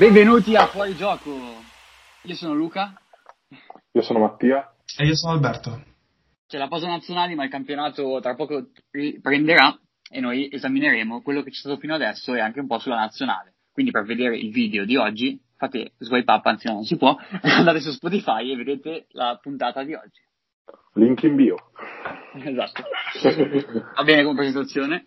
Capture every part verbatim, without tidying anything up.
Benvenuti a Fuori Gioco. Io sono Luca. Io sono Mattia. E io sono Alberto. C'è la pausa nazionale, ma il campionato tra poco riprenderà e noi esamineremo quello che c'è stato fino adesso e anche un po' sulla nazionale. Quindi per vedere il video di oggi fate swipe up, anzi no, non si può, andate su Spotify e vedete la puntata di oggi. Link in bio. Esatto. Va bene come presentazione.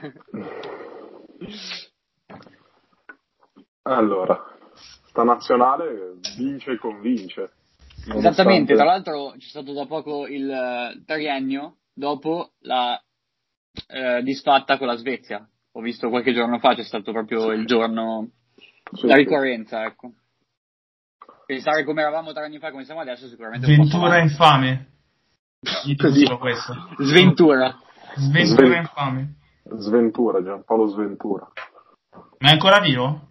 Allora, sta nazionale vince e convince. Nonostante... Esattamente, tra l'altro c'è stato da poco il uh, triennio dopo la uh, disfatta con la Svezia. Ho visto qualche giorno fa, c'è stato proprio il giorno, sì, la sì. ricorrenza, ecco. Pensare come eravamo tre anni fa, come siamo adesso, sicuramente un Ventura po' infame. Io dico così. solo questo. Sventura. Sventura Sven- infame. Sventura, Giampaolo Sventura. Ma è ancora vivo?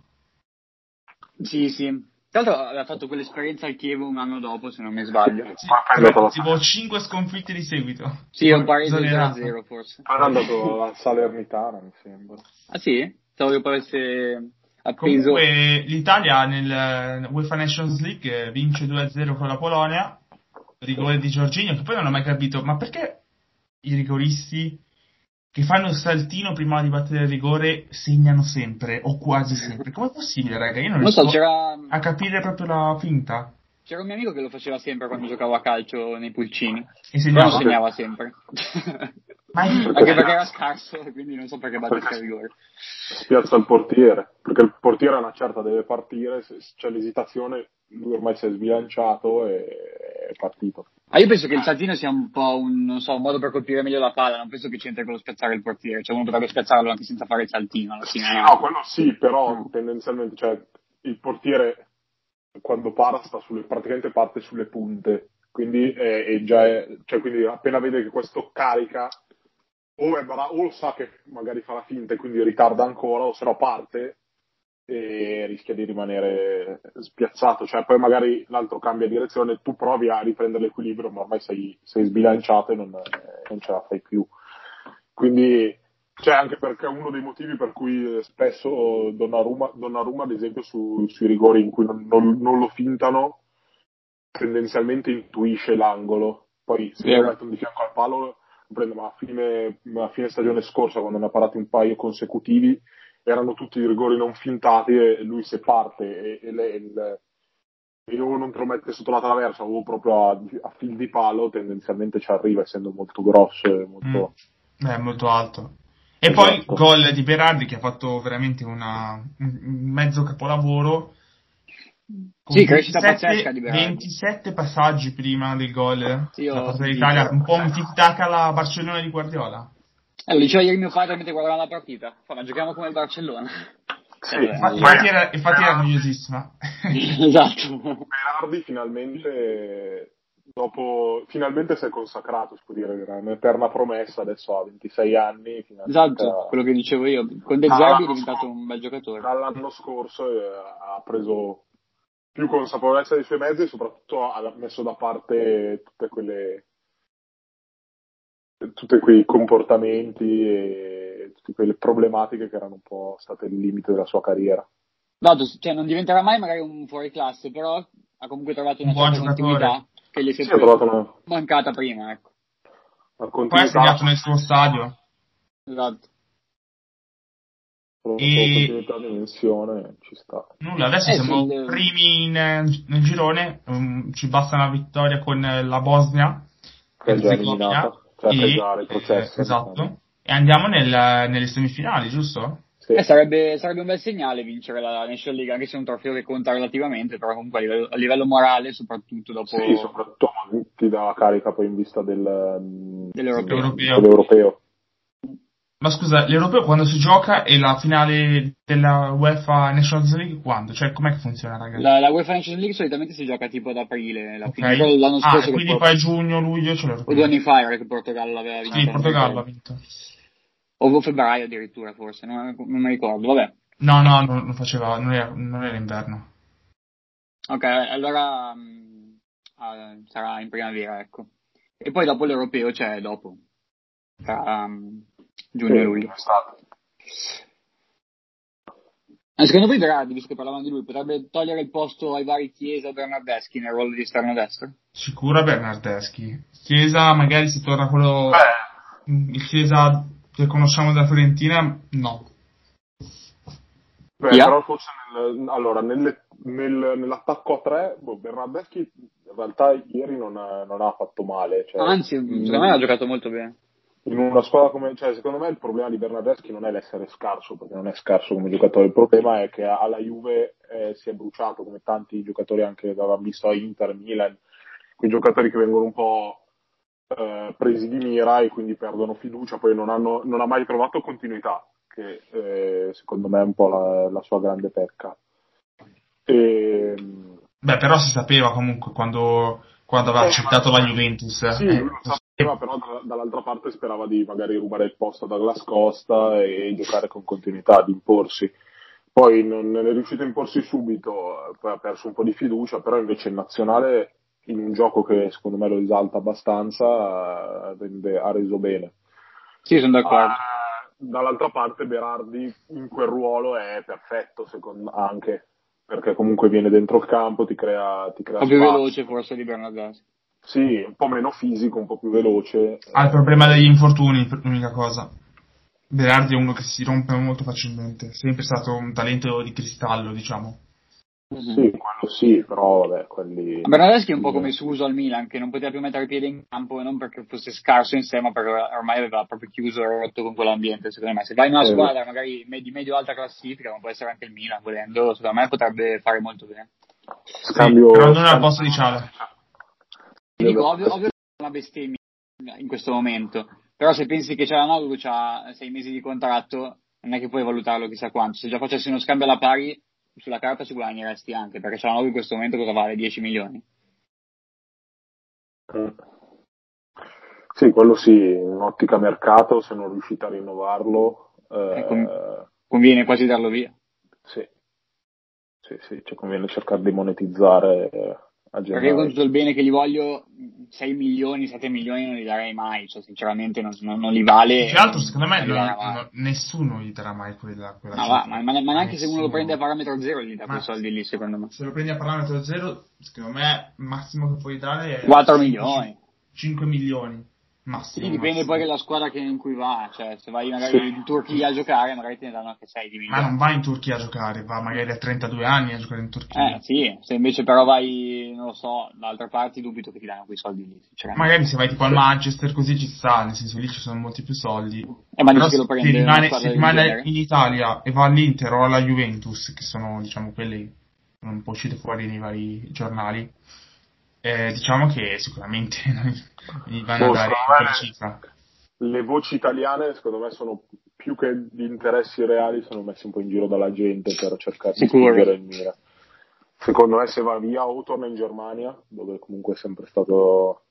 Sì, sì. Tra l'altro aveva fatto quell'esperienza al Chievo un anno dopo, se non mi sbaglio. Sì, Ma tipo cinque sconfitte di seguito. Sì, è un pareggio zero a Esonerato. zero forse. Era andato alla Salernitana, mi sembra. Ah sì? Stavo che avesse appeso... Comunque l'Italia nel UEFA Nations League vince due a zero con la Polonia, rigore di Jorginho, che poi non ho mai capito, ma perché i rigoristi che fanno il saltino prima di battere il rigore segnano sempre, o quasi sempre? Com'è possibile, raga? Io non Non so, riesco c'era... a capire proprio la finta. C'era un mio amico che lo faceva sempre quando giocavo a calcio nei pulcini. E Però segnava. non segnava sempre. Ma è- Anche perché era scarso, quindi non so perché battesse il rigore. Spiazza il portiere, perché il portiere a una certa deve partire, se c'è l'esitazione, lui ormai si è sbilanciato e è partito. Ah, io penso che il saltino sia un po' un, non so, un modo per colpire meglio la palla, non penso che c'entri con lo spiazzare il portiere, cioè uno potrebbe spiazzarlo anche senza fare il saltino alla fine, no? No, quello sì, però No. tendenzialmente, cioè, il portiere quando para sta sulle, praticamente parte sulle punte, quindi è, è già è, cioè, quindi appena vede che questo carica o, è bra- o sa che magari fa la finta e quindi ritarda ancora, o se no parte e rischia di rimanere spiazzato, cioè poi magari l'altro cambia direzione, tu provi a riprendere l'equilibrio, ma ormai sei, sei sbilanciato e non, non ce la fai più. Quindi c'è anche perché uno dei motivi per cui spesso Donnarumma, Donnarumma ad esempio su, sui rigori in cui non, non, non lo fintano, tendenzialmente intuisce l'angolo, poi se lo mettono di fianco al palo prendo, ma a fine, a fine stagione scorsa, quando ne ha parati un paio consecutivi, erano tutti i rigori non fintati e lui se parte e, e, le, il, e o non te lo mette sotto la traversa o proprio a, a fil di palo, tendenzialmente ci arriva, essendo molto grosso e molto... Mm. È molto alto. E Esatto. poi gol di Berardi che ha fatto veramente una, un mezzo capolavoro. Sì, crescita pazzesca di Berardi. ventisette passaggi prima del gol sì, da parte sentito. dell'Italia, un po' un tic-tac alla Barcellona di Guardiola. Eh, lo diceva ieri mio padre mentre guardava la partita, fa, ma giochiamo come il Barcellona. Sì, eh, Ma, infatti era, infatti era noiosissima. Esatto. Berardi finalmente, dopo, finalmente si è consacrato, scudiere, era un'eterna promessa, adesso ha ventisei anni. Esatto, Ha... quello che dicevo io. Con De Zerbi è diventato un bel giocatore. Dall'anno scorso eh, ha preso più consapevolezza dei suoi mezzi e soprattutto ha messo da parte tutte quelle tutti quei comportamenti e tutte quelle problematiche che erano un po' state il limite della sua carriera. Esatto, cioè non diventerà mai magari un fuori classe, però ha comunque trovato una Un buon certa giocatore. continuità che gli è Sì, sempre ha trovato una, mancata prima, ecco. una Poi ha continuità, segnato nel suo stadio. Esatto. una E continuità di dimensione, ci sta. nulla, adesso Eh siamo sì, primi in, nel girone, um, ci basta una vittoria con la Bosnia Che è già Erzegovina eliminata, cioè che è e già retrocessa. eh, esatto, Diciamo. e andiamo nel, nelle semifinali, giusto? Sì. eh, sarebbe, sarebbe un bel segnale vincere la National League, anche se è un trofeo che conta relativamente, però comunque a livello, a livello morale, soprattutto dopo Sì, soprattutto ti dà carica poi in vista del, dell'Europeo. Europeo. dell'Europeo. Ma scusa, l'Europeo quando si gioca è la finale della UEFA Nations League quando? Cioè, com'è che funziona, ragazzi? La, la UEFA Nations League solitamente si gioca tipo ad aprile, la Ok. fine l'anno Ah, scorso e che quindi poi, poi giugno, luglio c'è o l'Europeo. due anni fa era che il Portogallo l'aveva vinto. Sì, il Portogallo ha vinto. O febbraio addirittura forse, non, non mi ricordo, vabbè. No, no, non, non faceva, non era, non era inverno. Ok, allora um, uh, sarà in primavera, ecco. E poi dopo l'Europeo c'è dopo, tra um, giugno Sì, e luglio. è stato. Ma secondo voi Berardi, visto che parlavamo di lui, potrebbe togliere il posto ai vari Chiesa o Bernardeschi nel ruolo di esterno destro? Sicuro Bernardeschi. Chiesa, magari se torna quello... Beh. Il Chiesa che conosciamo dalla Fiorentina, no. Beh, Yeah. però forse nel, allora, nelle, nel, nell'attacco a tre, boh, Bernardeschi in realtà ieri non ha, non ha fatto male. Cioè, Anzi, secondo me ha giocato molto bene. In una squadra come, cioè, secondo me il problema di Bernardeschi non è l'essere scarso, perché non è scarso come giocatore, il problema è che alla Juve eh, si è bruciato, come tanti giocatori anche che avevamo visto a Inter, Milan, quei giocatori che vengono un po' eh, presi di mira e quindi perdono fiducia, poi non, hanno, non ha mai trovato continuità, che eh, secondo me è un po' la, la sua grande pecca. E, Beh, però si sapeva comunque quando, quando aveva Eh, accettato ma- la Juventus. Sì, eh, lui lo sapeva, però da- dall'altra parte sperava di magari rubare il posto a Douglas Costa e giocare con continuità, di imporsi. Poi non non è riuscito a imporsi subito, poi ha perso un po' di fiducia, però invece in nazionale, in un gioco che secondo me lo esalta abbastanza, eh, rende- ha reso bene. Sì, sono d'accordo. Eh, dall'altra parte Berardi in quel ruolo è perfetto, secondo anche, perché comunque viene dentro il campo, ti crea, ti crea Un po' più spazio. veloce forse di Bernardeschi. Sì, un po' meno fisico, un po' più veloce. Ha il problema degli infortuni, l'unica cosa. Berardi è uno che si rompe molto facilmente. È sempre stato un talento di cristallo, diciamo. Mhm. Sì, quello sì, però vabbè, quelli... Bernardeschi è un po' come Suso al Milan, che non poteva più mettere piede in campo, e non perché fosse scarso in sé, ma perché ormai aveva proprio chiuso e rotto con quell'ambiente. Secondo me, se vai in una Eh. squadra magari di medio-alta classifica, come può essere anche il Milan, volendo, secondo me potrebbe fare molto bene. Scambio... Sì, però non al posto di Ciala. Ti dico, ovvio, ovvio che è una bestemmia in questo momento, però se pensi che Cialanoglu ha sei mesi di contratto, non è che puoi valutarlo chissà quanto. Se già facessi uno scambio alla pari, sulla carta ci guadagneresti anche, perché Cialanoglu in questo momento cosa vale? dieci milioni. Mm. Sì, quello sì, in ottica mercato, se non riuscite a rinnovarlo... Eh, Eh, con- conviene quasi darlo via. Sì, sì, sì, cioè conviene cercare di monetizzare eh, a Perché io con gennaio. tutto il bene che gli voglio, sei milioni, sette milioni non li darei mai, cioè sinceramente non, non- non li vale. Più che altro, secondo me, non li non- darà mai. non- nessuno gli darà mai quella, quella Ma, va, cifra. ma, ma- ma neanche se uno lo Nessuno. prende a parametro zero gli dà Ma quei soldi lì, secondo me. Se lo prendi a parametro zero, secondo me, il massimo che puoi dare è... quattro milioni. cinque milioni. Massimo. Sì, dipende massimo. poi della squadra che, in cui va, cioè se vai magari Sì. in Turchia a giocare magari te ne danno anche sei di Ma milioni. non va in Turchia a giocare, va magari a trentadue anni a giocare in Turchia. Eh sì, se invece però vai, non lo so, da altre parti dubito che ti danno quei soldi lì, sinceramente. Magari se vai tipo al Manchester così ci sta, nel senso lì ci sono molti più soldi. Eh, ma Però dici che lo se prende se una rimane, squadra se del rimane genere? in Italia e va all'Inter o alla Juventus, che sono diciamo quelli che non può uscire fuori nei vari giornali, eh, diciamo che sicuramente gli vanno Boh, a dare secondo me quella le- cifra. Le voci italiane, secondo me, sono più che di interessi reali, sono messi un po' in giro dalla gente per cercare di Sicuro. spingere in mira. Secondo me, se va via o torna in Germania, dove comunque è sempre stato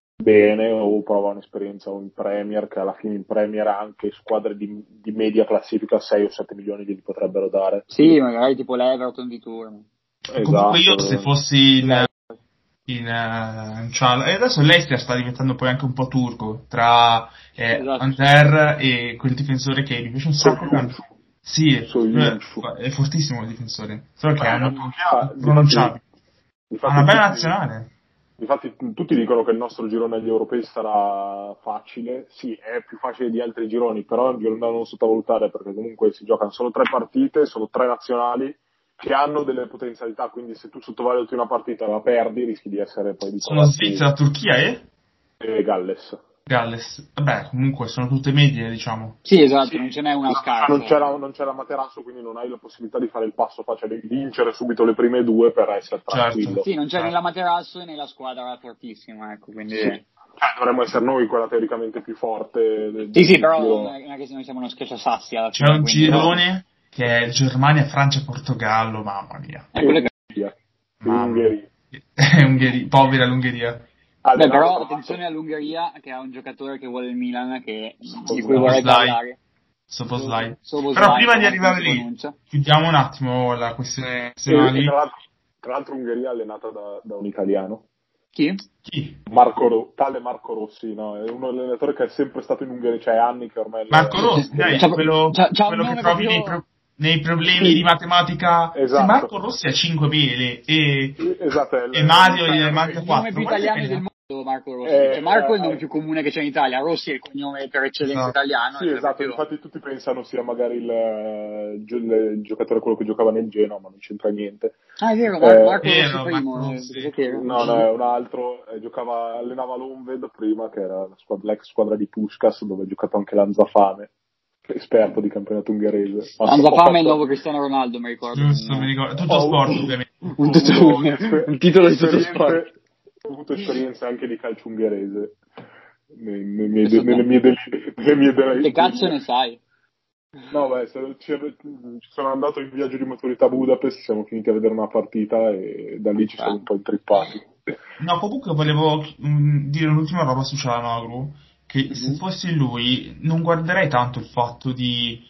bene, o prova un'esperienza o in Premier, che alla fine in Premier anche squadre di, di media classifica sei o sette milioni glieli potrebbero dare. Sì, magari tipo l'Everton di turno. Comunque io Esatto. se fossi in, Lei- in, eh, in Ciala- e adesso l'Ester sta diventando poi anche un po' turco tra eh, Esatto. Ander e quel difensore che mi piace un sacco. Soyuncu. Sì, Soyuncu. è fortissimo il difensore, solo che Ma hanno la Turchia, pronunciabili. difatti, Ha una bella tutti- nazionale. Infatti tutti dicono che il nostro girone agli europei sarà facile, sì, è più facile di altri gironi, però è un girone da non sottovalutare perché comunque si giocano solo tre partite, sono tre nazionali che hanno delle potenzialità, quindi se tu sottovaluti una partita e la perdi rischi di essere poi di Sono Svizzera, Turchia e e Galles. Galles. Vabbè, comunque sono tutte medie, diciamo. Sì, esatto, Sì, non ce n'è una non- scarsa. Non c'era, non c'era Materasso, quindi non hai la possibilità di fare il passo facile, di vincere subito le prime due per essere Certo. tranquillo. Sì, non c'è Ah. né la Materasso né la squadra fortissima, ecco, quindi... Sì. Cioè, dovremmo essere noi quella teoricamente più forte. del- Sì, sì, del però giro. non è non è che noi siamo uno schiacciasassi alla C'è fine. un quindi- girone che è Germania, Francia, Portogallo, mamma mia. Eh, quello che- Ungheria. Mamma Ungheria. È Ungheria, povera l'Ungheria. Beh, Allenato però tra attenzione all'Ungheria che ha un giocatore che vuole il Milan che, di Soboslai. cui vorrei parlare. Soboslai. Soboslai, Però prima di come arrivare si lì, pronuncia. chiudiamo un attimo la questione l'altro. E, nazionali. tra, l'altro, tra l'altro Ungheria allenata da, da un italiano, Chi? Chi? Marco Ro- tale Marco Rossi, no? È un allenatore che è sempre stato in Ungheria, cioè anni che ormai... Marco allena- Rossi, dai, C'ha- quello, c'ha- c'ha un quello che nome trovi proprio- nei, pro- nei problemi sì. di matematica. Esatto. Se Marco Rossi ha cinque pele e, esatto, è e Mario gli manca il nome quattro. più italiano del mondo, Marco Rossi. Eh, cioè, Marco è il eh, nome più comune che c'è in Italia, Rossi è il cognome per eccellenza Esatto. italiano. Sì, cioè esatto, proprio... infatti tutti pensano sia magari il, il, il giocatore quello che giocava nel Genoa, ma non c'entra niente. Ah, è vero, Mar- Eh, Marco vero, Rossi primo. Marco eh, Rossi. cos'è che era? No, no, è un altro, eh, giocava, allenava l'Onved prima, che era la squadra, l'ex squadra di Puskás, dove ha giocato anche Lanzafame, esperto di campionato ungherese. Lanzafame è il nuovo Cristiano Ronaldo, mi ricordo. Giusto, mi ricordo. Tutto Ho sport, avuto- ovviamente. Un, ho tutto- avuto esper- un titolo di tutto esperienze- sport. Ho avuto esperienze anche di calcio ungherese, nei- nei miei- Adesso nelle te. mie deli- nelle mie deli- Che cazzo ne sai? No, beh, se- ci ci sono andato in viaggio di maturità a Budapest, siamo finiti a vedere una partita e da lì ci siamo un po' intrippati. No, comunque volevo mh, dire un'ultima roba su Çalhanoğlu, che Mhm. se fossi lui non guarderei tanto il fatto di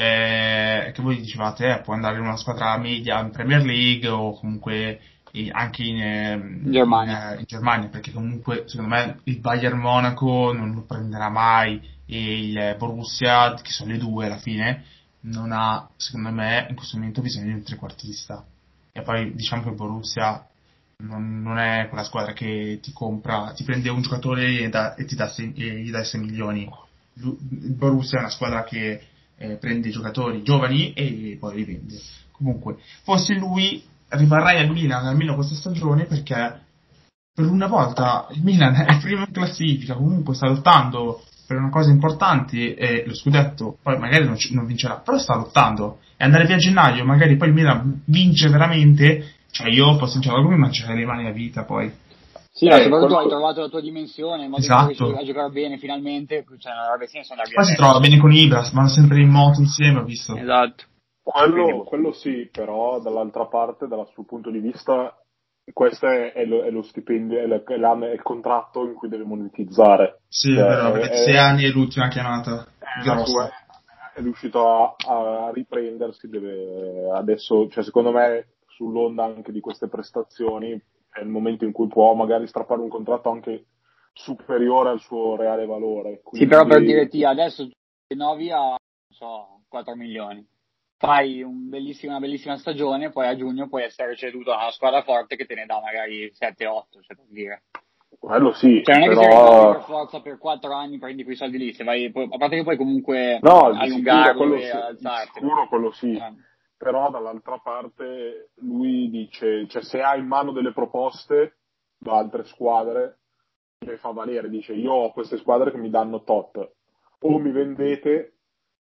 eh, che voi dicevate eh, può andare in una squadra media in Premier League o comunque eh, anche in, eh, In Germania. in, eh, in Germania, perché comunque secondo me il Bayern Monaco non lo prenderà mai e il Borussia, che sono le due alla fine, non ha secondo me in questo momento bisogno di un trequartista. E poi diciamo che il Borussia non, non è quella squadra che ti compra, ti prende un giocatore e, da, e ti dà sei, e gli dai sei milioni. Lu- Il Borussia è una squadra che eh, prende giocatori giovani e poi li vende. Comunque, fossi lui, rimarrei al Milan almeno questa stagione, perché per una volta il Milan è primo in classifica, comunque sta lottando per una cosa importante, e lo scudetto poi magari non, c- non vincerà, però sta lottando, e andare via a gennaio magari poi il Milan vince veramente, cioè io posso vincere come mangiare le mani a vita poi. Sì, Eh, ma soprattutto quello- hai trovato la tua dimensione, il modo Esatto. in cui riesci a giocare bene finalmente, cioè non avrebbe senso andare via. Poi si adesso. trova bene con Ibras, vanno sempre in moto insieme, ho visto. Esatto. Quello, quello sì, però dall'altra parte, dal suo punto di vista, questo è, è lo, è lo stipendio, è, la- è la- è il contratto in cui deve monetizzare. Sì, è Cioè, vero, è- sei è- anni è l'ultima chiamata è, grossa. è riuscito a, a riprendersi, deve adesso, cioè secondo me sull'onda anche di queste prestazioni è il momento in cui può magari strappare un contratto anche superiore al suo reale valore. Sì, però per Quindi- dire ti adesso rinnovi a, non so, quattro milioni. Fai un bellissima, una bellissima stagione, poi a giugno puoi essere ceduto a una squadra forte che te ne dà magari sette otto, cioè per dire. Quello sì, Cioè non è che se però... rinnovi per forza per quattro anni prendi quei soldi lì, se vai, poi- a parte che puoi comunque No, di sicuro allungarlo quello e sì, di alzarti. sicuro quello sì. Eh. Però dall'altra parte lui dice, cioè se ha in mano delle proposte da altre squadre, le fa valere, dice io ho queste squadre che mi danno tot, o mi vendete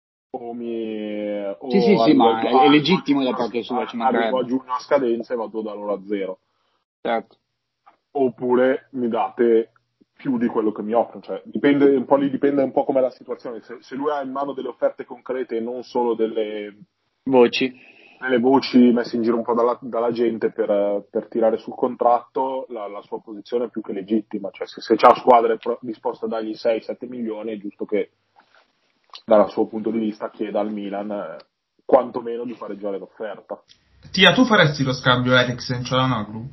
o mi... O Sì, sì, sì, arrivo ma a- è- è arrivo legittimo a da giugno- parte sua, ci arrivo mancherebbe. a giugno a scadenza e vado da loro a zero. Certo. Oppure mi date più di quello che mi offrono, cioè dipende un po' lì, dipende un po' com'è la situazione. Se, se lui ha in mano delle offerte concrete e non solo delle, Voci. delle voci messe in giro un po' dalla, dalla gente per, per tirare sul contratto, la, la sua posizione è più che legittima, cioè se, se c'ha squadre pro- disposte a dargli sei sette milioni è giusto che dal suo punto di vista chieda al Milan eh, quantomeno di pareggiare l'offerta. Tia, tu faresti lo scambio Eriksen Çalhanoğlu?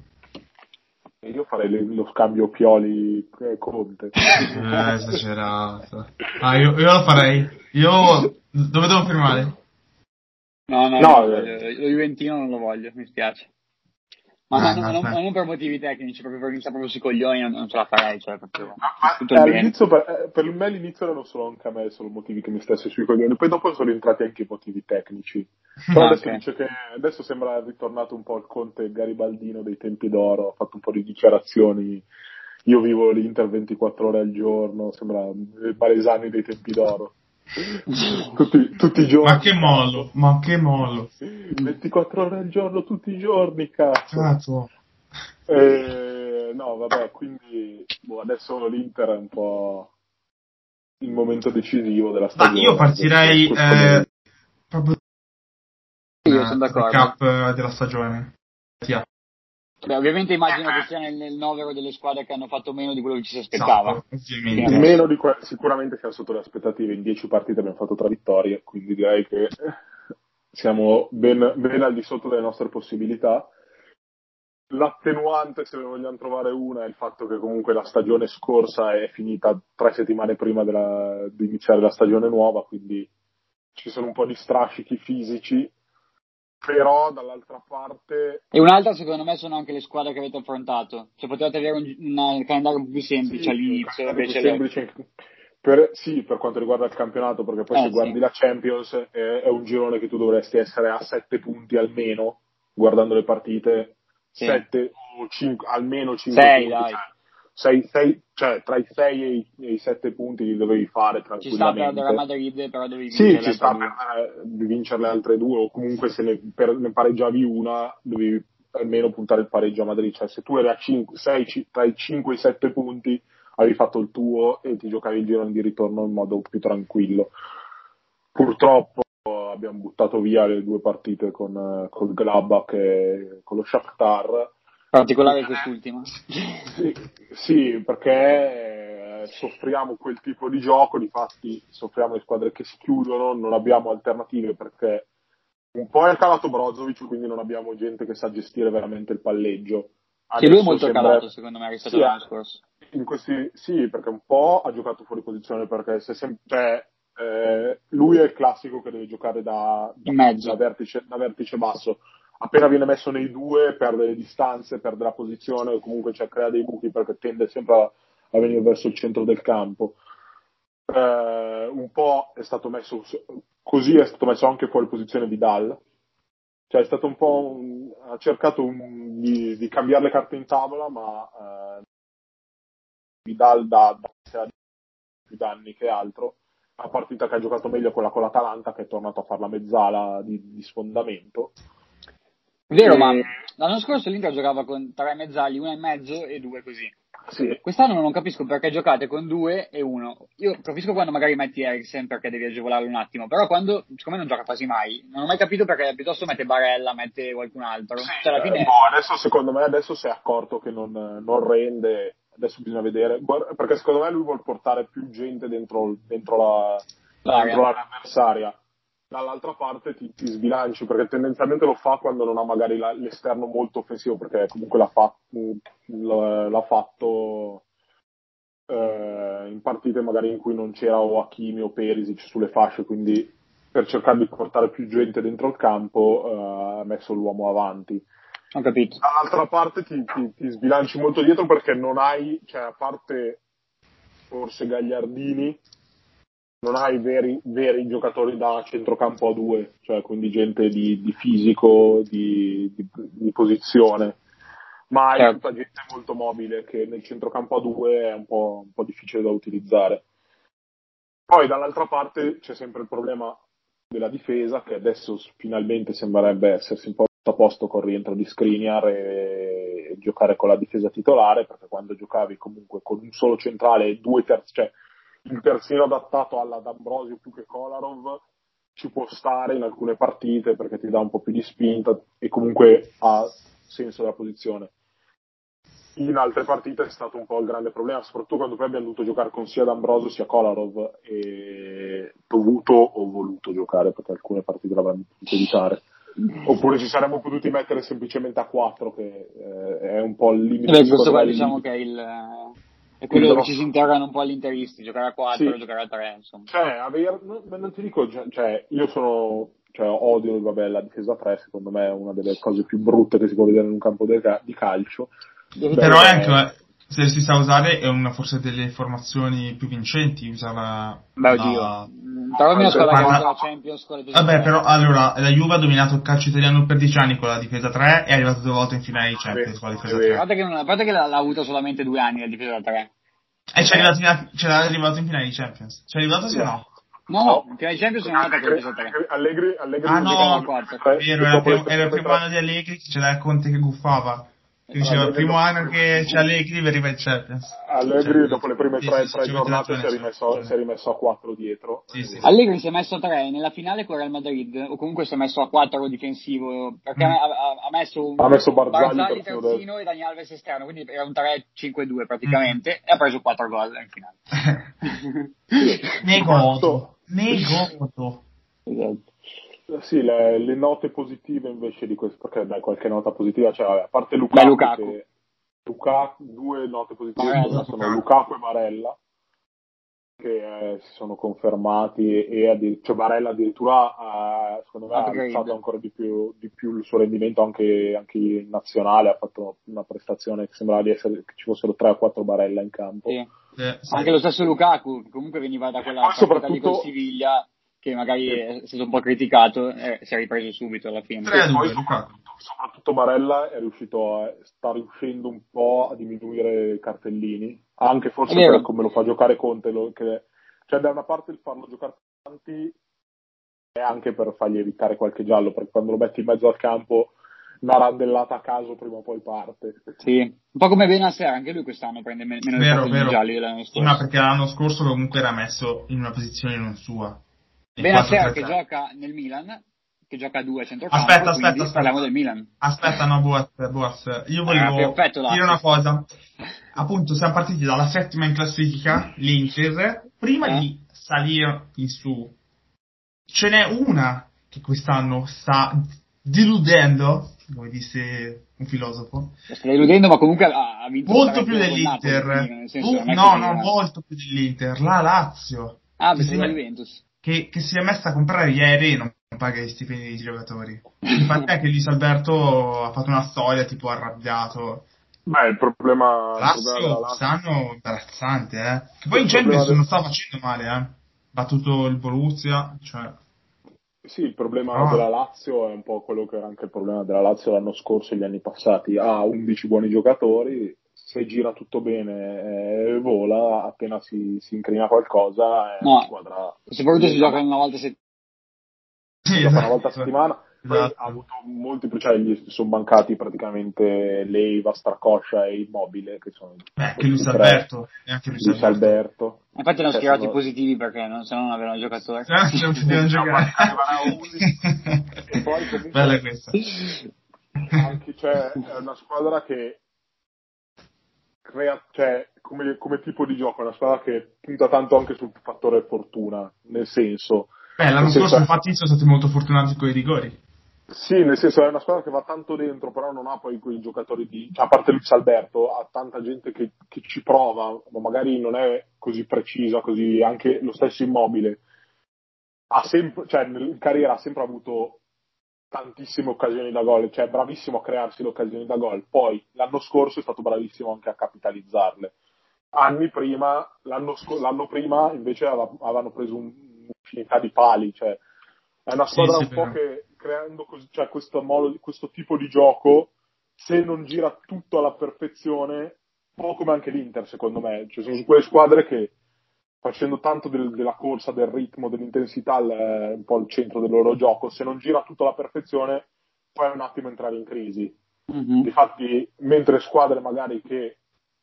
E io farei le- lo scambio Pioli eh, Conte. Eh, esagerato. Ah, io, io lo farei. Io dove devo firmare? No, no, No, non lo, eh. voglio. Lo Juventino non lo voglio, mi spiace. Ma Ah, non, no, non- no. non per motivi tecnici, proprio per iniziare proprio sui coglioni, non, non ce la farei, cioè proprio Ma, tutto eh, bene. all'inizio per, eh, per me all'inizio erano solo anche a me solo motivi che mi stesse sui coglioni, poi dopo sono entrati anche i motivi tecnici. Però Ah, adesso ok. dice che adesso sembra ritornato un po' il Conte garibaldino dei tempi d'oro, ha fatto un po' di dichiarazioni. Io vivo l'Inter ventiquattro ore al giorno, sembra il Balesani dei tempi d'oro. tutti, tutti i giorni. Ma che mollo, ma che mollo. ventiquattro ore al giorno tutti i giorni, cazzo. Cazzo. Eh, no, vabbè, quindi boh, adesso l'Inter è un po' il momento decisivo della Ma stagione. io partirei Questo- eh, proprio Io sono d'accordo. recap eh, della stagione. Tia. Beh, ovviamente immagino che sia nel, nel novero delle squadre che hanno fatto meno di quello che ci si aspettava. Esatto, ovviamente. Sì. Meno di que- sicuramente siamo sotto le aspettative, in dieci partite abbiamo fatto tre vittorie, quindi direi che siamo ben, ben al di sotto delle nostre possibilità. L'attenuante, se ne vogliamo trovare una, è il fatto che comunque la stagione scorsa è finita tre settimane prima della, di iniziare la stagione nuova, quindi ci sono un po' di strascichi fisici, però dall'altra parte... E un'altra secondo me sono anche le squadre che avete affrontato, cioè potevate avere un, un calendario più semplice Sì, all'inizio, più invece semplice, per, sì, per quanto riguarda il campionato, perché poi eh, se guardi sì. la Champions è, è un girone che tu dovresti essere a sette punti almeno, guardando le partite, Sì. sette o cinque, almeno cinque sei, punti, dai. cioè, sei, sei, cioè tra i sei e i, e i sette punti li dovevi fare Ci sta a tranquillamente. perdere a Madrid, però devi Sì, vincere le ci altre sta due. per di vincere le altre due, o comunque se ne, per, ne pareggiavi una, dovevi almeno puntare il pareggio a Madrid. Cioè, se tu eri a cinque, sei, tra i cinque e i sette punti, avevi fatto il tuo e ti giocavi il girone di ritorno in modo più tranquillo. Purtroppo abbiamo buttato via le due partite con col Gladbach e con lo Shakhtar. Particolare quest'ultima. Sì, sì, perché eh, soffriamo quel tipo di gioco, difatti soffriamo le squadre che si chiudono, non abbiamo alternative perché un po' è calato Brozovic, quindi non abbiamo gente che sa gestire veramente il palleggio. Sì, lui è Adesso molto sembra... calato secondo me rispetto sì, all'anno scorso. in questi... sì, perché un po' ha giocato fuori posizione, perché se sem- cioè, eh, lui è il classico che deve giocare da, da, In mezzo. da vertice, da vertice basso. Appena viene messo nei due perde le distanze, perde la posizione o comunque cioè, crea dei buchi perché tende sempre a, a venire verso il centro del campo. Eh, un po' è stato messo così, è stato messo anche fuori posizione Vidal, cioè è stato un po' un, ha cercato un, di, di cambiare le carte in tavola, ma eh, Vidal da, da più danni che altro. La partita che ha giocato meglio è quella con l'Atalanta, che è tornato a fare la mezzala di, di sfondamento. Vero, e... ma l'anno scorso l'Inter giocava con tre mezzali, una e mezzo e due così. Sì. Quest'anno non capisco perché giocate con due e uno. Io capisco quando magari metti Eriksen perché devi agevolarlo un attimo, però quando, siccome non gioca quasi mai, non ho mai capito perché piuttosto mette Barella, mette qualcun altro. Sì, Cioè alla eh, fine... boh, adesso secondo me adesso si è accorto che non, non rende, adesso bisogna vedere, perché secondo me lui vuole portare più gente dentro, dentro, la, dentro l'area avversaria. Dall'altra parte ti, ti sbilanci, perché tendenzialmente lo fa quando non ha magari la, l'esterno molto offensivo, perché comunque l'ha, fa, l'ha, l'ha fatto eh, in partite magari in cui non c'era o Hakimi o Perisic sulle fasce, quindi per cercare di portare più gente dentro il campo eh, ha messo l'uomo avanti. Ho capito. Dall'altra parte ti, ti, ti sbilanci molto dietro perché non hai, cioè a parte forse Gagliardini, non hai veri, veri giocatori da centrocampo a due, cioè quindi gente di, di fisico, di, di, di posizione, ma hai Certo. tutta gente molto mobile che nel centrocampo a due è un po', un po' difficile da utilizzare. Poi dall'altra parte c'è sempre il problema della difesa, che adesso finalmente sembrerebbe essersi un po' a posto con il rientro di Skriniar e, e giocare con la difesa titolare, perché quando giocavi comunque con un solo centrale e due terzi, cioè il terzino adattato alla D'Ambrosio più che Kolarov ci può stare in alcune partite perché ti dà un po' più di spinta e comunque ha senso della posizione. In altre partite è stato un po' il grande problema, soprattutto quando poi abbiamo dovuto giocare con sia D'Ambrosio sia Kolarov e dovuto o voluto giocare, perché alcune partite l'avremmo potuto evitare, oppure ci saremmo potuti mettere semplicemente a quattro, che eh, è un po' il limite. Beh, questo qua diciamo che è il è quello dove ci si interrogano un po' gli interisti, giocare a quattro, sì. giocare a tre, insomma. Cioè, aver, non, non ti dico, cioè, io sono, cioè, odio, vabbè, la difesa a tre, secondo me è una delle cose più brutte che si può vedere in un campo de, di calcio. Beh, però è anche, se si sa usare, è una forse delle formazioni più vincenti, usava Beh, oddio. la... Però è una squadra che ha Parla... vinto la Champions con le due. Vabbè, però, allora, la Juve ha dominato il calcio italiano per dieci anni con la difesa tre e è arrivato due volte in finale di Champions con la difesa tre. A parte che, non, a parte che l'ha, l'ha avuto solamente due anni la difesa da tre. E c'è arrivato in, c'è arrivato in finale di Champions. C'è arrivato sì o no? No, no, in finale di Champions sono andata con la difesa tre. Allegri, Allegri ah no, quattro. è vero, era, primo, era il primo anno di Allegri, c'era il Conte che guffava. Che diceva il primo anno che c'è Allegri arriva il Champions. Allegri cioè, dopo le prime sì, tre, sì, tre sì, giornate si è, rimesso, cioè. si è rimesso a quattro dietro. Sì, sì, sì. Allegri si è messo a tre nella finale con Real Madrid, o comunque si è messo a quattro difensivo, perché mm. ha, ha, messo un ha messo Barzagli, Barzagli terzino e Dani Alves esterno, quindi era un tre cinque due praticamente, mm. e ha preso quattro gol in finale. ne godo, ne godo. Esatto. Sì, le, le note positive invece di questo, perché dai, qualche nota positiva, cioè a parte Lukaku, Beh, Lukaku. Che, Lukaku due note positive Barella. sono Lukaku e Barella, che eh, si sono confermati e, e cioè Barella addirittura ha, secondo me ha alzato ancora di più, di più il suo rendimento anche, anche in nazionale, ha fatto una prestazione che sembrava di essere, che ci fossero tre o quattro Barella in campo. Sì. Eh, sì. Anche lo stesso Lukaku, che comunque veniva da quella partita lì con Siviglia, che magari sì. è stato un po' criticato, eh, si è ripreso subito alla fine. tre a due, poi soprattutto, soprattutto Barella è riuscito a sta riuscendo un po' a diminuire i cartellini, anche forse per come lo fa giocare Conte, lo, che, cioè da una parte il farlo giocare tanti è anche per fargli evitare qualche giallo, perché quando lo metti in mezzo al campo una randellata a caso prima o poi parte. Sì, un po' come Benasser, anche lui quest'anno prende meno vero, i vero. gialli dell'anno scorso. Ma perché l'anno scorso comunque era messo in una posizione non sua. Benasser che gioca nel Milan, che gioca a due a centrocampo, aspetta, aspetta, aspetta. parliamo del Milan. Aspetta, no, Boas, Boas. Io volevo eh, perfetto, dire una cosa. Appunto, siamo partiti dalla settima in classifica, l'Inter, prima eh? di salire in su. Ce n'è una che quest'anno sta diludendo, come disse un filosofo. Sta diludendo, ma comunque ha vinto molto più dell'Inter. Napoli, senso, uh, no, no, molto più dell'Inter. La Lazio. Ah, perché la Juventus. Che, che si è messa a comprare gli aerei e non paga gli stipendi dei giocatori. Infatti è che Luis Alberto ha fatto una storia tipo arrabbiato. Beh, il problema... Lazio quest'anno imbarazzante, eh. Che poi in Champions non sta facendo male, eh. Battuto il Borussia, cioè... Sì, il problema oh. della Lazio è un po' quello che era anche il problema della Lazio l'anno scorso e gli anni passati. Ha undici buoni giocatori, se gira tutto bene eh, vola, appena si, si incrina qualcosa è no. una squadra... Soprattutto si gioca una volta a settimana. Si sì, gioca esatto. una volta a settimana. Poi esatto. ha avuto molti, cioè gli sono mancati praticamente Leiva, Stracoscia e Immobile, che sono Beh, anche Luis Alberto e anche Luis Luis Alberto. Alberto. Infatti hanno schierati sono... positivi perché non, se no non avevano giocatori. Se no non potevano giocare. E poi comunque bella questa. Anche cioè, è una squadra che crea, cioè come, come tipo di gioco, è una squadra che punta tanto anche sul fattore fortuna, nel senso. Beh, l'anno scorso senso... infatti sono stati molto fortunati con i rigori. Sì, nel senso è una squadra che va tanto dentro, però non ha poi quei giocatori di... Cioè, a parte Luis Alberto, ha tanta gente che, che ci prova, ma magari non è così precisa, così anche lo stesso Immobile. Ha sempre, cioè, in carriera ha sempre avuto tantissime occasioni da gol, cioè è bravissimo a crearsi le occasioni da gol. Poi l'anno scorso è stato bravissimo anche a capitalizzarle. Anni prima, l'anno, sc- l'anno prima invece avevano preso un'infinità di pali, cioè è una squadra sì, sì, un po' che creando così, cioè questo modo, questo tipo di gioco, se non gira tutto alla perfezione, un po' come anche l'Inter secondo me, cioè sono quelle squadre che facendo tanto del, della corsa, del ritmo, dell'intensità è un po' il centro del loro gioco, se non gira tutto alla perfezione puoi un attimo entrare in crisi. Mm-hmm. Difatti mentre squadre magari che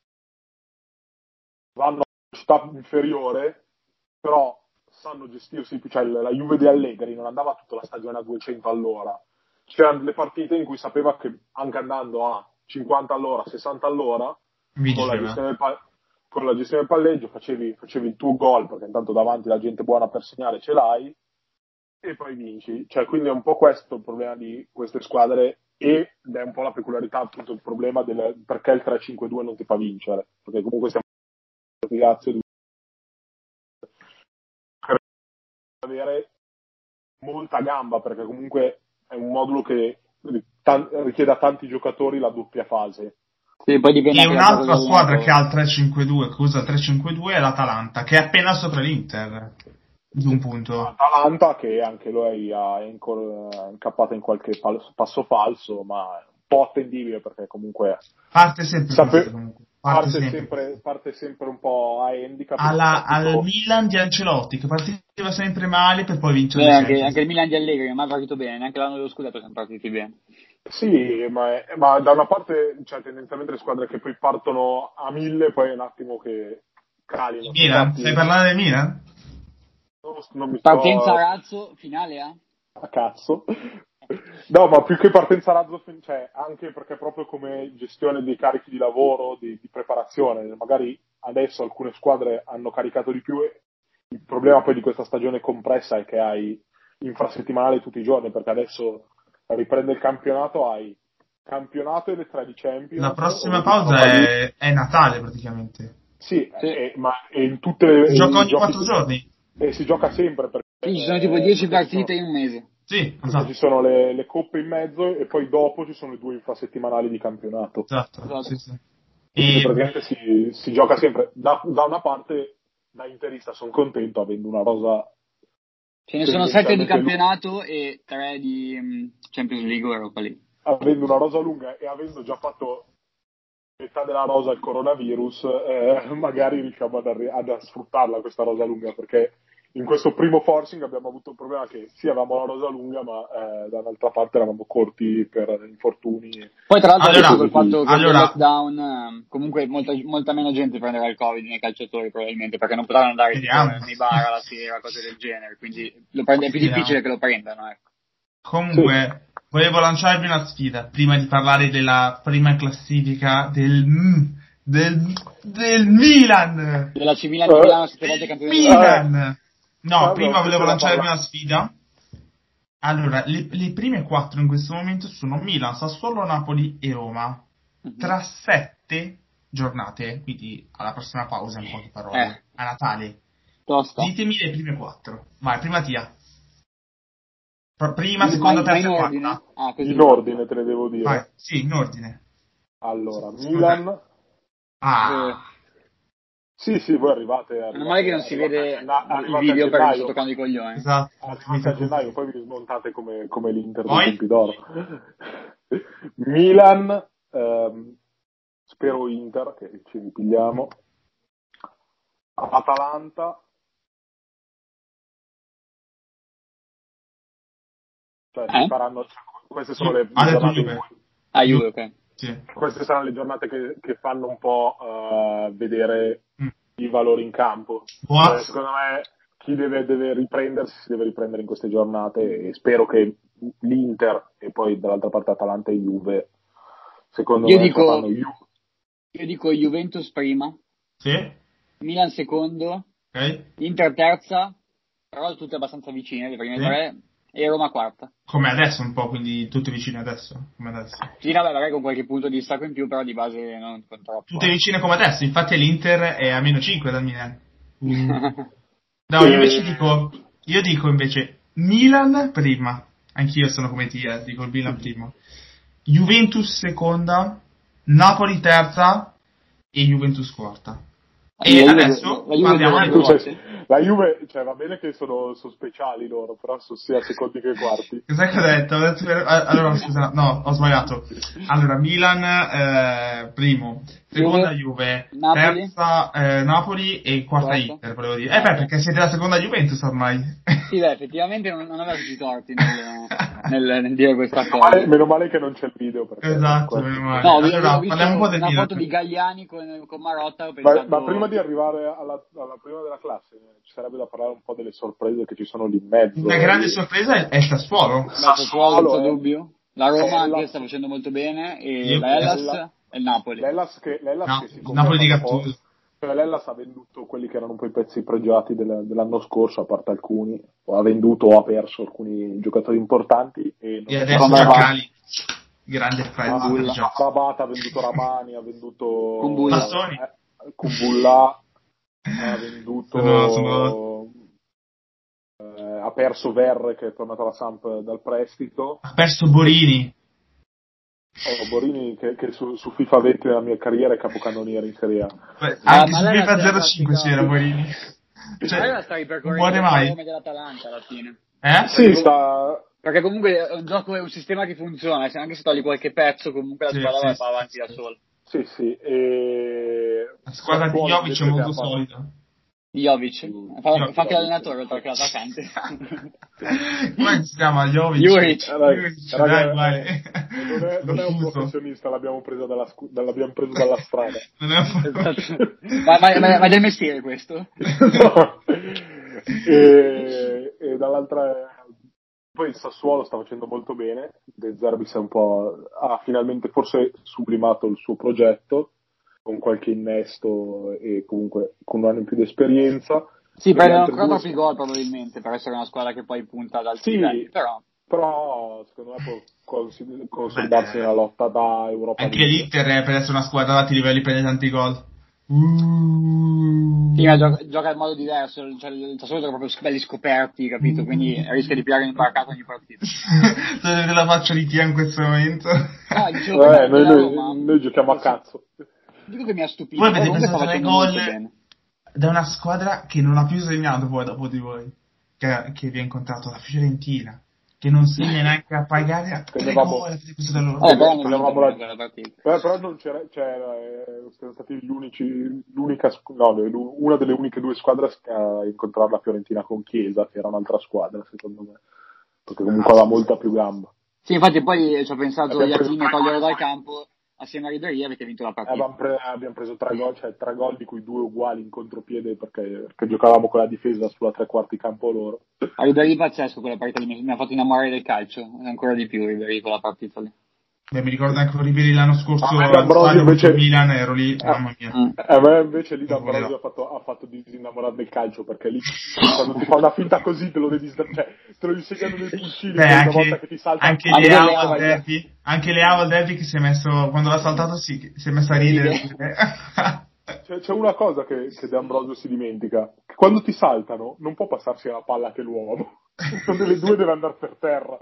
vanno a velocità inferiore però sanno gestirsi, cioè la Juve di Allegri non andava tutta la stagione a duecento all'ora, c'erano delle partite in cui sapeva che anche andando a cinquanta all'ora, sessanta all'ora con la, gestione del pa- con la gestione del palleggio facevi, facevi il tuo gol perché intanto davanti la gente buona per segnare ce l'hai e poi vinci, cioè quindi è un po' questo il problema di queste squadre ed è un po' la peculiarità, appunto il problema del perché il tre cinque due non ti fa vincere, perché comunque stiamo ringrazio avere molta gamba perché comunque è un modulo che richiede a tanti giocatori la doppia fase. Sì, poi dipende e un'altra squadra che ha il tre cinque due, che usa il tre cinque due è l'Atalanta, che è appena sopra l'Inter di un punto. Atalanta che anche lei è incappata in qualche passo falso, ma è un po' attendibile perché comunque parte sempre sape- così, comunque. Parte, parte, sempre, parte sempre un po' a handicap alla, al Milan di Ancelotti che partiva sempre male per poi vincere. Beh, anche, anche il Milan di Allegri non ha partito bene, neanche l'anno dello scudetto sono partiti bene. Sì, ma, è, ma da una parte cioè, tendenzialmente le squadre che poi partono a mille poi è un attimo che calino. Milan? Infatti, stai parlando del Milan? Non, non mi Partenza sto... razzo, finale eh? A cazzo. No, ma più che partenza razzo, cioè, anche perché proprio come gestione dei carichi di lavoro, di, di preparazione, magari adesso alcune squadre hanno caricato di più e il problema poi di questa stagione compressa è che hai infrasettimanale tutti i giorni, perché adesso riprende il campionato, hai campionato e le tre di Champions. La prossima pausa è, è Natale praticamente. Sì, Sì. eh, ma è in tutte le... Si gioca i ogni giochi- quattro giorni? E si gioca sempre perché... Sì, ci sono tipo eh, dieci perché ci partite sono- in un mese. Sì, perché esatto. ci sono le, le coppe in mezzo e poi dopo ci sono i due infrasettimanali di campionato. Esatto, Esatto. sì, sì. Quindi E, praticamente si, si gioca sempre. Da, da una parte, da interista, sono contento avendo una rosa. Ce ne sono sette di tendenzialmente lunga- campionato e tre di um, Champions League o Europa League. Avendo una rosa lunga e avendo già fatto metà della rosa il coronavirus, eh, magari riusciamo ad, arri- ad sfruttarla questa rosa lunga, perché in questo primo forcing abbiamo avuto un problema che sì, avevamo la rosa lunga, ma eh, dall'altra parte eravamo corti per infortuni. Poi tra l'altro Allora, adesso col fatto che allora- il lockdown, eh, comunque molta, molta meno gente prenderà il Covid nei calciatori probabilmente, perché non potranno andare tipo, Vediamo. nei bar alla sera, cose del genere, quindi lo prende, è più Vediamo. difficile che lo prendano, ecco. Comunque, volevo lanciarvi una sfida prima di parlare della prima classifica del mm, del, del Milan. Della C Milan di Milano sette volte Del campione d'Europa. Milan. No, Ah, prima no, volevo questa lanciarvi la una sfida. Allora, le, le prime quattro in questo momento sono Milan, Sassuolo, Napoli e Roma. Mhm. Tra sette giornate, quindi alla prossima pausa, in poche parole, Eh. a Natale. Tosta. Ditemi le prime quattro. Vai, prima Tia. Pr- Prima, Ma- seconda, ma in terza e ordine? quarta. Ah, così. In ordine te le devo dire. Vai, sì, in ordine. Allora, Milan. Ah, Sì, sì, voi arrivate. arrivate Meno male che non si arrivate vede a genna- il arrivate video a perché mi sto gennaio. toccando i coglioni. esatto. Arrivate a gennaio, poi vi smontate come, come l'Inter Poi? dei tempi d'oro. Milan, ehm, spero Inter, che ci ripigliamo. Atalanta. Cioè, Eh? saranno, queste sono le, le Ah, giornate in Juve. cui- Ah, Juve, ok. Sì. queste saranno le giornate che, che fanno un po' eh, vedere Mm. i valori in campo. What? Eh, secondo me chi deve, deve riprendersi si deve riprendere in queste giornate e spero che l'Inter e poi dall'altra parte Atalanta e Juve, secondo Io me dico- fanno Ju- Io dico Juventus prima, Sì? Milan secondo, Ok. Inter terza, però tutte abbastanza vicine, le prime Sì. tre, e Roma quarta. Come adesso un po', quindi tutte vicine adesso. Come adesso. Sì, vabbè, magari con qualche punto di distacco in più, però di base non con troppo. Tutte vicine come adesso, infatti l'Inter è a meno cinque dal Milan. Mm. No, Sì. io invece dico, io dico invece Milan prima, anch'io sono come te, dico il Milan prima, Juventus seconda, Napoli terza e Juventus quarta. E La Juve- adesso la Juve parliamo deve- del Tu Forte. sei- la Juve, cioè va bene che sono, sono speciali loro, però sono sia secondi che quarti. Cos'è che ho detto? Ho detto che- Allora, scusa, no, ho sbagliato. Allora, Milan, eh, primo, seconda Juve, Napoli. terza eh, Napoli e quarta Quarta. Inter, volevo dire. Eh beh, perché siete la seconda Juventus ormai. Sì, beh, effettivamente non, non aveva tutti i torti nel, nel, nel dire questa Meno male, cosa. meno male che non c'è il video. Perché Esatto, questo- meno male. No, ho vi- Allora, ho visto parliamo un po' del una Milan. foto di Gagliani con, con Marotta, ho Ma, pensato... ma prima di arrivare alla, alla prima della classe ci sarebbe da parlare un po' delle sorprese che ci sono lì in mezzo. Una grande sorpresa è, è il Sassuolo. Beh, Sassuolo, senza eh. dubbio. La Roma Hellas. anche sta facendo molto bene, e Io- la Hellas Hellas. e il Napoli. L'Hellas che, l'Hellas No, che si il conferma Napoli di da poco. Gattuso. Cioè, l'Hellas ha venduto quelli che erano un po' i pezzi pregiati del- dell'anno scorso, a parte alcuni, o ha venduto o ha perso alcuni giocatori importanti. E, non E so adesso Come c'è va? Cali. Grande prezzo Ah, del gioco. Babata ha venduto Ramani, ha venduto Kumbulla. Bastoni. eh, Kumbulla, ha venduto Sono- sono- eh, ha perso Verre che è tornato alla Samp dal prestito. Ha perso Borini. Oh, Borini che, che su, su FIFA venti nella mia carriera è capocannoniere in Serie A. Beh, Ah, Anche ma su lei FIFA la- zero cinque la- c'era Borini. Cioè, Cioè, sta non ripercorrendo muore il mai. nome dell'Atalanta alla fine. Eh? Sì, sta, Perché comunque è un gioco, è un sistema che funziona, se anche se togli qualche pezzo, comunque la Sì, squadra sì, va sì, va avanti sì, da sì. sola. sì, sì. E... La squadra di Sassuolo Jovic è invece molto che ha fatto- solida. Jovic, Mm. fa, Jovic. fa anche l'allenatore oltre che l'attaccante. Come si chiama? Jovic? Juric. Eh, dai, Juric, raga, dai, uguale. non è, non è un Confuso. professionista, l'abbiamo preso dalla, scu- l'abbiamo preso dalla strada. Non è un Esatto. ma, ma, ma, ma è del mestiere questo? No. e, e dall'altra poi il Sassuolo sta facendo molto bene. De Zerbi si è un po' ha finalmente forse sublimato il suo progetto con qualche innesto e comunque con un anno in più di esperienza. Sì, E prendono le altre ancora due- troppi gol probabilmente per essere una squadra che poi punta ad alti Sì. livelli, però... però secondo me può consolid- consolidarsi nella lotta da Europa Anche League. l'Inter, eh, per essere una squadra ad alti livelli, prende tanti gol. Uh. Sì, ma gioca, gioca in modo diverso, cioè il Sassuolo gioca proprio belli scoperti, capito? Quindi rischia di pigliare imbarcato ogni partita. Devo vedere la faccia di Tia in questo momento. No, dicevo prima Vabbè, noi, della noi, Roma, noi giochiamo a cazzo. dico che mi ha stupito, Voi la avete Roma preso sta tre facendo gol molto bene. da una squadra che non ha più segnato poi dopo di voi, che, che vi ha incontrato, la Fiorentina, che non segna neanche a pagare a tre Tenevamo- gol avete preso da loro. Eh, però hanno Tenevamo vinto la- quella partita. Però, però non c'era, c'era eh, siamo stati gli unici, l'unica, squ- no, le- una delle uniche due squadre a incontrare la Fiorentina con Chiesa, che era un'altra squadra, secondo me, perché comunque aveva molta più gamba. Sì, infatti poi ci ho pensato Abbiamo preso Iachini a tre toglierlo gol. dal campo, assieme a Ribéry avete vinto la Eh, partita. abbiamo, pre- abbiamo preso tre gol, cioè tre gol di cui due uguali in contropiede perché, perché giocavamo con la difesa sulla tre quarti campo loro. A Ribéry pazzesco quella partita, lì, mi, mi ha fatto innamorare del calcio, ancora di più Ribéry quella partita lì. Beh, mi ricordo anche con Ribéry l'anno scorso Ah, al D'Ambrosio stadio invece- contro Milan, ero lì, Ah. mamma mia. Mm. A me invece lì Non D'Ambrosio volevo. ha fatto, ha fatto disinnamorare del calcio perché lì quando ti fa una finta così te lo devi sda- cioè te lo insegnano nei pulcini Beh, poi una anche, volta che ti salta anche Anche Leao Leao, al eh. derby, anche Leao al derby che si è messo, quando l'ha saltato sì, si è messo a ridere. c'è, c'è una cosa che, che D'Ambrosio si dimentica, che quando ti saltano non può passarsi la palla che l'uomo, una delle due deve andare per terra.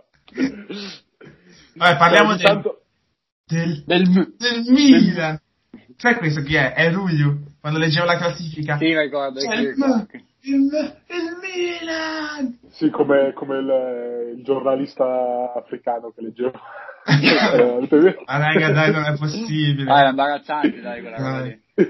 Vabbè, parliamo Cioè, ogni del, tanto- del, Del M. del Milan. Sai questo chi è? È Ruiu, quando leggevo la classifica. Sì, mi ricordo, C'è anche il, io ricordo anche. il, il Milan! Sì, come, come il, il giornalista africano che leggeva. Eh, te vi- Ma raga, dai, non è possibile. Ah, era imbarazzante, dai, quella roba Dai. lì.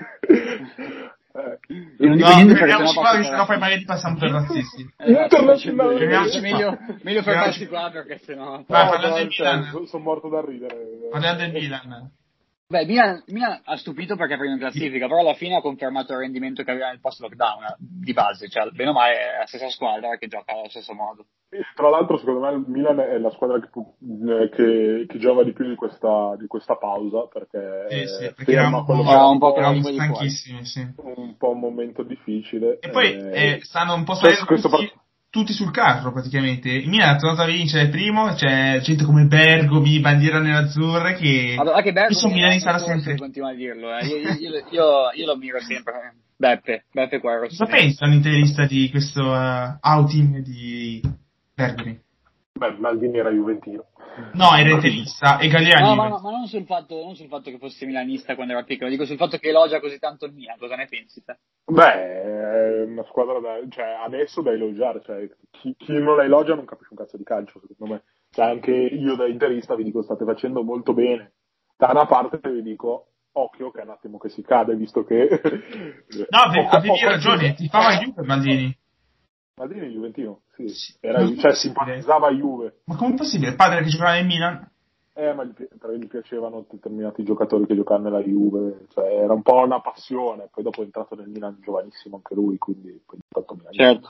Eh, Io non dico No, niente perché fermiamoci sennò qua, passa- che sennò poi magari passiamo per razzisti. Esatto, Internazionale. meglio, meglio, meglio fermarsi Fermiamoci. qua perché sennò... Vai, no, parliamo no, del cioè, Milan. so- sono morto da ridere. Parliamo del Milan. Beh, Milan, Milan ha stupito perché è primo in classifica, però alla fine ha confermato il rendimento che aveva nel post-lockdown, eh, di base, cioè, bene o male è la stessa squadra che gioca allo stesso modo. E tra l'altro, secondo me, il Milan è la squadra che, pu- eh, che, che giova di più di questa, di questa pausa perché, Sì, sì, eh, perché ferma eravamo, quello che era era un po' eravamo con la lingua di fuori. stanchissimi, sì. un po' un momento difficile. E poi eh, eh, stanno un po' questo- salendo questo tutti, par- tutti sul carro praticamente. Il Milan è tornato a vincere il primo, c'è gente come Bergomi, bandiera nerazzurre che Allora, che Bergomi io sono milanista da l'anno scorso sempre. continua a dirlo, eh. io, io, io, io, io lo ammiro sempre. Beppe, Beppe qua è Cosa pensa un interista di questo uh, outing di Bergomi? Beh, Maldini era juventino. No, era interista e Galliani. No, ma, ma, ma non sul fatto, non sul fatto che fosse milanista quando era piccolo, dico sul fatto che elogia così tanto il Milan, cosa ne pensi te? Beh, è una squadra da, cioè, adesso da elogiare, cioè, chi, chi non la elogia non capisce un cazzo di calcio, secondo me. Cioè, anche io da interista vi dico state facendo molto bene. Da una parte vi dico occhio che è un attimo che si cade, visto che... No, avevi, Ho- avevi ho- ragione, ti fava Juve Maldini. Maldini è juventino, sì. Sì. Era, Ma cioè, com'è simpatizzava a Juve. Ma com'è possibile? Il padre che giocava nel Milan? Eh, ma gli, pi- tra- gli piacevano determinati giocatori che giocavano nella Juve, cioè era un po' una passione, poi dopo è entrato nel Milan giovanissimo anche lui, quindi poi è diventato milanista. Certo.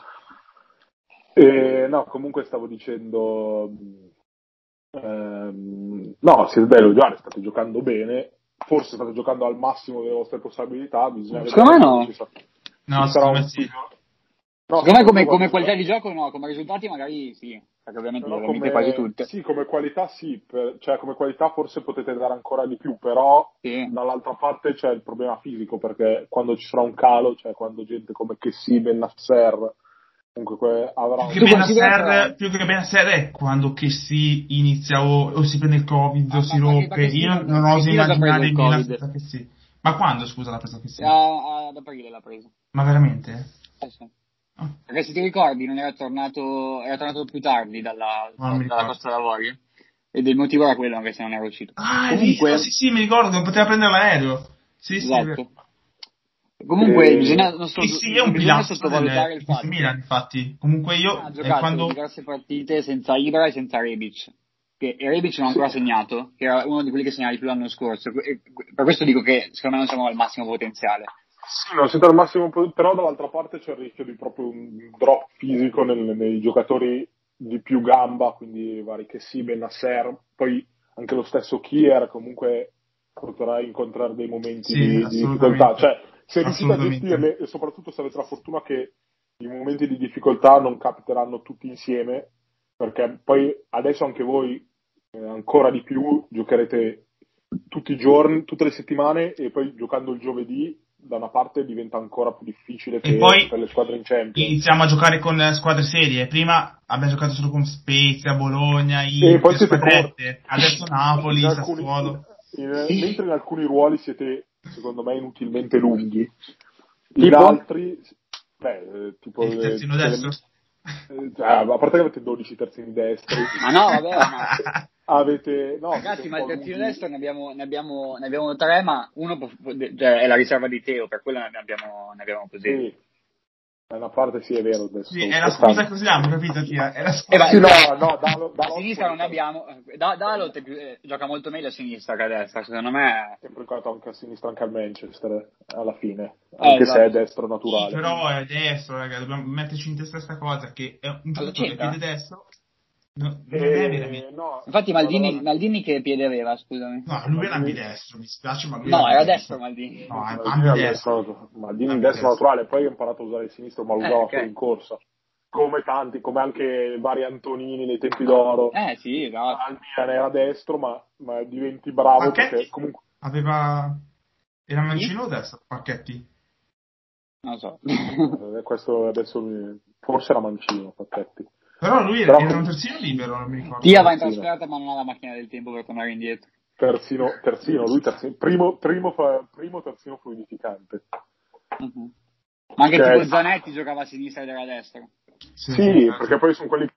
E, no, comunque stavo dicendo, ehm, no, siete da elogiare, state giocando bene, forse state giocando al massimo delle vostre possibilità, bisogna Secondo me vedere no. se ci sarà- No, ci sarà secondo me un sì. No, Secondo me come, guarda, come qualità di gioco no, come risultati magari sì, perché ovviamente però le avete come, quasi tutte. sì, come qualità sì, per- cioè come qualità forse potete dare ancora di più, però Sì. dall'altra parte c'è il problema fisico, perché quando ci sarà un calo, cioè quando gente come Kessie, Benasser, comunque que- avrà Più un... che Tu considera Benasser, però- più che Benasser è quando che si inizia o, o si prende il Covid Ah, o si ma- ma che- rompe. ma che sì, Io ma- non che oso sì l'ha già immaginare preso il il Milan Covid. senza che sì. Ma quando, scusa, l'ha preso che sì? A- ad aprile l'ha preso. Ma veramente? Sì, sì. Ah. Perché se ti ricordi non era tornato, era tornato più tardi dalla, Non mi dalla ricordo. Costa d'Avorio ed il motivo era quello anche se non era uscito. Ah, è Comunque, vero, sì, sì, mi ricordo, non poteva prendere l'aereo. Sì, sì, è vero. esatto. Comunque Eh, bisogna, non, so, Sì, sì, è non un bisogna pilastro sottovalutare del il fatto Milan, infatti. Comunque io, ha eh, giocato quando... diverse partite senza Ibra e senza Rebic. Che e Rebic non ha ancora Sì. segnato, che era uno di quelli che segnava di più l'anno scorso. E per questo dico che secondo me non siamo al massimo potenziale. Sì, non siete al massimo, però dall'altra parte c'è il rischio di proprio un drop fisico nel- nei giocatori di più gamba, quindi vari Kessie, Benasser, poi anche lo stesso Kier comunque potrà incontrare dei momenti Sì, di, di assolutamente. difficoltà, cioè se riuscite a Assolutamente. gestirle e soprattutto se avete la fortuna che i momenti di difficoltà non capiteranno tutti insieme, perché poi adesso anche voi eh, ancora di più giocherete tutti i giorni, tutte le settimane, e poi giocando il giovedì da una parte diventa ancora più difficile E per, poi per le squadre in Champions. iniziamo a giocare con squadre serie. Prima abbiamo giocato solo con Spezia, Bologna, E poi Inter, siete squadrette. Adesso Napoli, in alcuni, Sassuolo. in, mentre in alcuni ruoli siete, secondo me, inutilmente lunghi, in Tipo? altri, beh, eh, tipo Il terzino le- destro? eh, a parte che avete dodici terzini destri, Ma no, vabbè, ma... avete, no, Ragazzi, siete ma un il po' terzino lunghi. destro ne abbiamo, ne, abbiamo, ne abbiamo tre, ma uno può- può- cioè, è la riserva di Teo, per quello ne abbiamo, ne abbiamo così. Sì, da una parte sì, è vero. Adesso Sì, è la quest'anno. scusa che usiamo, capito? Tia? È la Eh, scusa. ma- Sì, no, no, Dalot, a Dalot sinistra non ne poi- abbiamo. Da, Dalot è più- eh, gioca molto meglio a sinistra che a destra, secondo me. è sempre giocato anche a sinistra anche al Manchester alla fine, Eh, anche esatto. se è destro Sì, naturale. però è destro, raga, dobbiamo metterci in testa questa cosa, che è un giocatore a c'entra? piede destro, no, non E- è veramente... no, Infatti Maldini, guarda, Maldini che piede aveva, scusami? No, lui era ambidestro, mi spiace, ma lui No, era ambidestro. destro Maldini. No, è Maldini ambidestro. è destro, Maldini in Ambidestro. destro naturale, poi ha imparato a usare il sinistro, ma lo Eh, usava ok. solo in corsa. Come tanti, come anche vari Antonini nei tempi d'oro. Eh sì, esatto. Al Milan era destro, ma, ma diventi bravo Pacchetti perché comunque aveva... Era mancino o destro, Pacchetti? Non lo so. eh, questo adesso mi- forse era mancino, Pacchetti. Però lui era, Però- era un terzino libero, non mi ricordo. Tia va in Terzino. trasferta ma non ha la macchina del tempo per tornare indietro. Terzino, terzino, lui terzino, primo, primo, fa- primo terzino fluidificante. Mhm. Ma anche Cioè- tipo Zanetti giocava a sinistra ed era a destra. Sì, Sì, sì, perché poi sono quelli che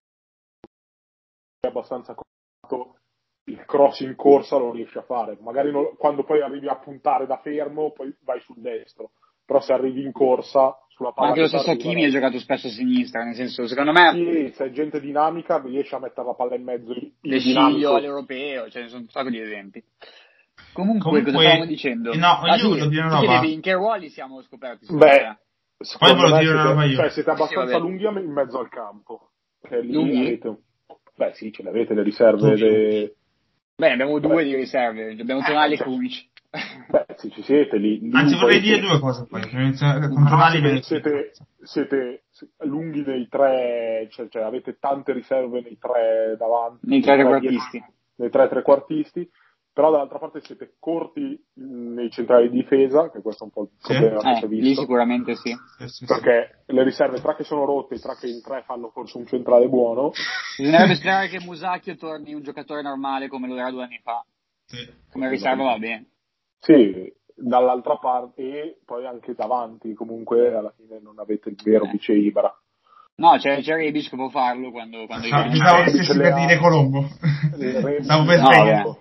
è abbastanza contato, il cross in corsa lo riesci a fare. Magari non- quando poi arrivi a puntare da fermo, poi vai sul destro. Però se arrivi in corsa, sulla Ma palla anche lo che stesso arriva, Kimi ha giocato spesso a sinistra, nel senso, secondo me Sì, se è gente dinamica riesce a mettere la palla in mezzo in De dinamico. Sciglio all'europeo, ce ne sono un sacco di esempi. Comunque, Comunque- cosa stavamo dicendo? eh, no, Ah, io sì, volevo dire una ti roba. chiedevi in che ruoli siamo scoperti? secondo Beh, te? secondo volevo me dire una siete, roba io. cioè, siete abbastanza vabbè. lunghi in mezzo al campo. Che lì Lunghi? avete, beh sì, ce le avete le riserve. Lunghi. le- Beh, abbiamo due Beh. di riserve, abbiamo Eh, Tonali e cioè- Kumic. Beh, sì, ci siete lì. lì Anzi, vorrei poi- dire due cose poi. Prima di iniziare- Con Tonali siete, mi- siete, siete lunghi nei tre, cioè, cioè avete tante riserve nei tre davanti, Nei tre dietro- trequartisti. nei tre trequartisti, però dall'altra parte siete corti nei centrali di difesa, che questo è un po' il Sì. problema che si Eh, è lì visto, sicuramente sì. Sì, sì, sì. perché le riserve tra che sono rotte, tra che in tre fanno forse un centrale buono, Bisognerebbe sperare che Musacchio torni un giocatore normale come lo era due anni fa. Sì. Come riserva va bene. sì, dall'altra parte e poi anche davanti, comunque alla fine non avete il vero Eh. vice Ibra. No, c'è, c'è Rebic che può farlo quando, quando Ah, gli pensavo viene- che stessi per dire Colombo. Stavo per No, dire.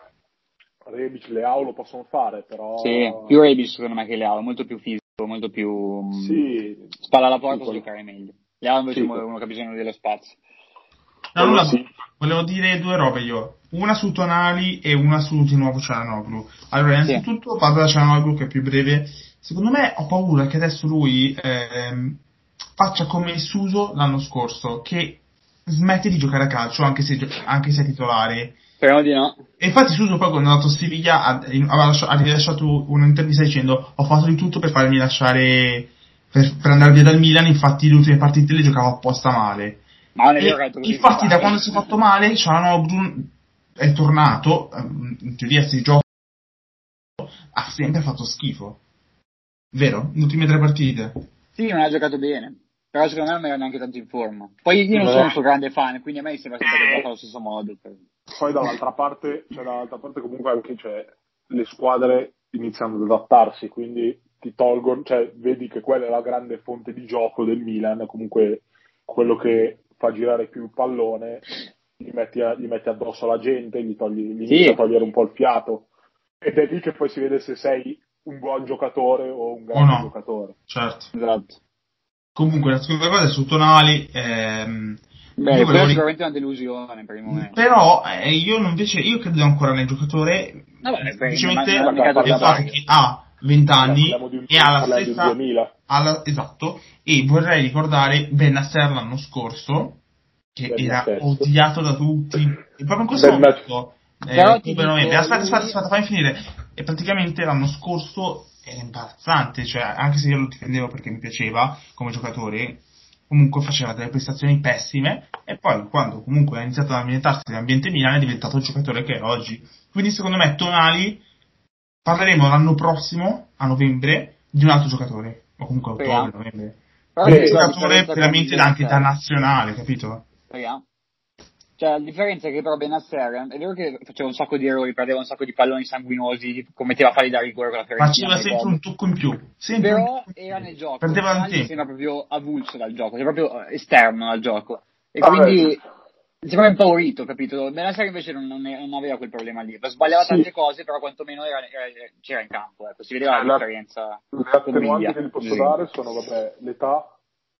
Rebic, Leao lo possono fare, però Sì, più Rebic secondo me che Leao, molto più fisico, molto più mh, sì, spalla alla porta, sì, può quello- giocare meglio. Leao invece Sì, è uno che ha bisogno dello spazio. No, nulla, sì. volevo dire due robe io. Una su Tonali e una su di nuovo Cialanoglu. Allora, innanzitutto parlo da Cialanoglu che è più breve. Secondo me ho paura che adesso lui ehm, faccia come Suso l'anno scorso, che smette di giocare a calcio anche se, anche se è titolare. Speriamo di no. E infatti Suso poi quando è andato a Siviglia ha, aveva lascia- ha rilasciato un'intervista dicendo ho fatto di tutto per farmi lasciare, per, per andare via dal Milan, infatti le ultime partite le giocavo apposta male. Ma non è E vero che ha detto così. infatti da fa. quando si è fatto male Cialanoglu è tornato, ehm, in teoria si gioca, ha sempre fatto schifo. Vero? Le ultime tre partite. Sì, non ha giocato bene. Però secondo me non era neanche tanto in forma. Poi io non No. sono un suo grande fan, quindi a me sembra sempre che gioca allo stesso modo. Poi dall'altra parte, cioè dall'altra parte comunque anche cioè, le squadre iniziano ad adattarsi, quindi ti tolgono, cioè vedi che quella è la grande fonte di gioco del Milan, comunque quello che fa girare più il pallone, gli metti, a- gli metti addosso alla gente, gli, togli, gli Sì. inizi a togliere un po' il fiato. Ed è lì che poi si vede se sei un buon giocatore o un grande no. giocatore. Certo. Esatto. Comunque la seconda cosa è su Tonali. Ehm, Beh, io quello volevo è ri- sicuramente una delusione per il momento. Però eh, io non invece io credo ancora nel giocatore. Vabbè, beh, semplicemente ma- ma- il ma- fatto che ha venti anni Parliamo di un- e ha la parliamo di un stessa duemila. ha la- esatto, e vorrei ricordare Bennacer l'anno scorso che Bennacer. era odiato da tutti e proprio in questo Bennacer. momento eh, Però ti ottobre, novembre. dico, aspetta aspetta lui- aspetta fammi finire. E praticamente l'anno scorso era imbarazzante, cioè anche se io lo difendevo perché mi piaceva come giocatore, comunque faceva delle prestazioni pessime e poi quando comunque ha iniziato ad ambientarsi nell'ambiente Milan è diventato il giocatore che è oggi. Quindi secondo me Tonali parleremo l'anno prossimo, a novembre, di un altro giocatore, o comunque autore, Speriamo. un Però giocatore veramente anche da nazionale, capito? Speriamo. Cioè, la differenza è che però Benasser, è vero che faceva un sacco di errori, perdeva un sacco di palloni sanguinosi, commetteva falli da rigore con la Fiorentina. Faceva sempre un tocco in più. Sempre però un tocco in più. Era nel gioco. Perdeva il tempo. Sembra proprio avulso dal gioco, sembra proprio esterno dal gioco. E ah, quindi beh. sembra impaurito, capito? Benasser invece non, non, non aveva quel problema lì. Sbagliava sì. tante cose, però quantomeno era, era, c'era in campo, ecco. Si vedeva la, la differenza. Le attenuanti che gli posso dare sono, vabbè, l'età,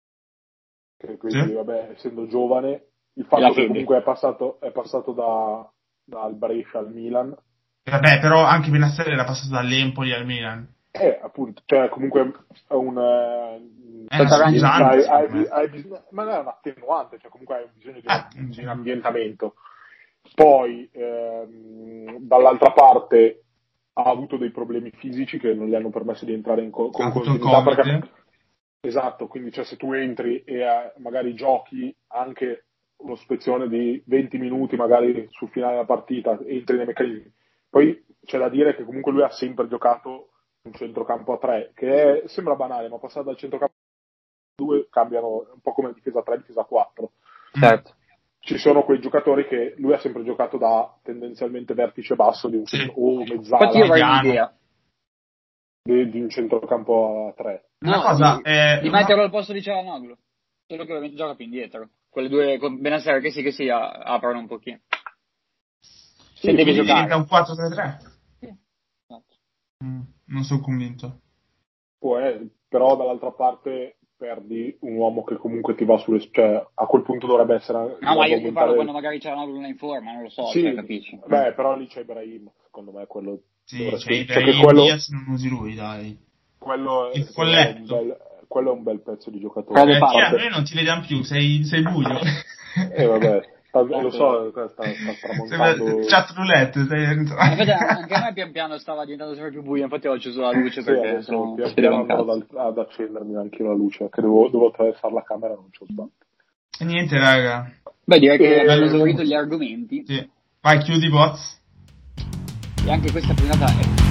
che quindi, sì. vabbè, essendo giovane, il fatto che comunque è passato, è passato da, dal Brescia al Milan. Vabbè, però anche Benasser era passato dall'Empoli al Milan. Eh, appunto, cioè comunque è un... È una hai, hai, hai bisogno, ma non è un attenuante, cioè comunque hai bisogno di, ah, di un ambientamento. Poi, ehm, dall'altra parte, ha avuto dei problemi fisici che non gli hanno permesso di entrare in co- con continuità. Perché, esatto, quindi cioè, se tu entri e eh, magari giochi anche uno spezzone di venti minuti magari sul finale della partita, entri nei meccanismi. Poi c'è da dire che comunque lui ha sempre giocato un centrocampo a tre, che è, sembra banale, ma passare dal centrocampo a due cambiano un po' come difesa tre, difesa quattro. Certo. Ci sono quei giocatori che lui ha sempre giocato da tendenzialmente vertice basso di un sì. o mezzala. Infatti io avrei un'idea di, di un centrocampo a tre. Una no, cosa di, è di metterlo al posto di Cialanoglu, solo che ovviamente gioca più indietro. Quelle due con Benasser che sì che sì aprono un pochino. Se sì, devi giocare diventa un quattro tre tre. Sì. Esatto. Mm, non sono convinto. Può, eh, però dall'altra parte perdi un uomo che comunque ti va sulle, cioè a quel punto dovrebbe essere. No, ma io, io parlo quando magari c'è una non in forma, non lo so, sì, cioè, capisci? Beh, però lì c'è Ibrahim, secondo me quello. Sì, c'è cioè, Ibrahim, che quello, Diaz non usi lui, dai. Quello è, il è un bel, quello è un bel pezzo di giocatore. Eh, parte... Noi non ti vediamo più, sei, sei buio. Eh vabbè. Lo so, sta, sta, sta tramontando. Chat roulette, sei... Infatti, anche a me pian piano stava diventando sempre più buio, infatti ho acceso la luce perché sì, sono pian piano ad, ad accendermi anche la luce, che devo, devo attraversare la camera, non c'ho sbaglio. E niente, raga. Beh, direi che e... abbiamo esaurito gli argomenti. Sì. Vai, chiudi bots. E anche questa puntata è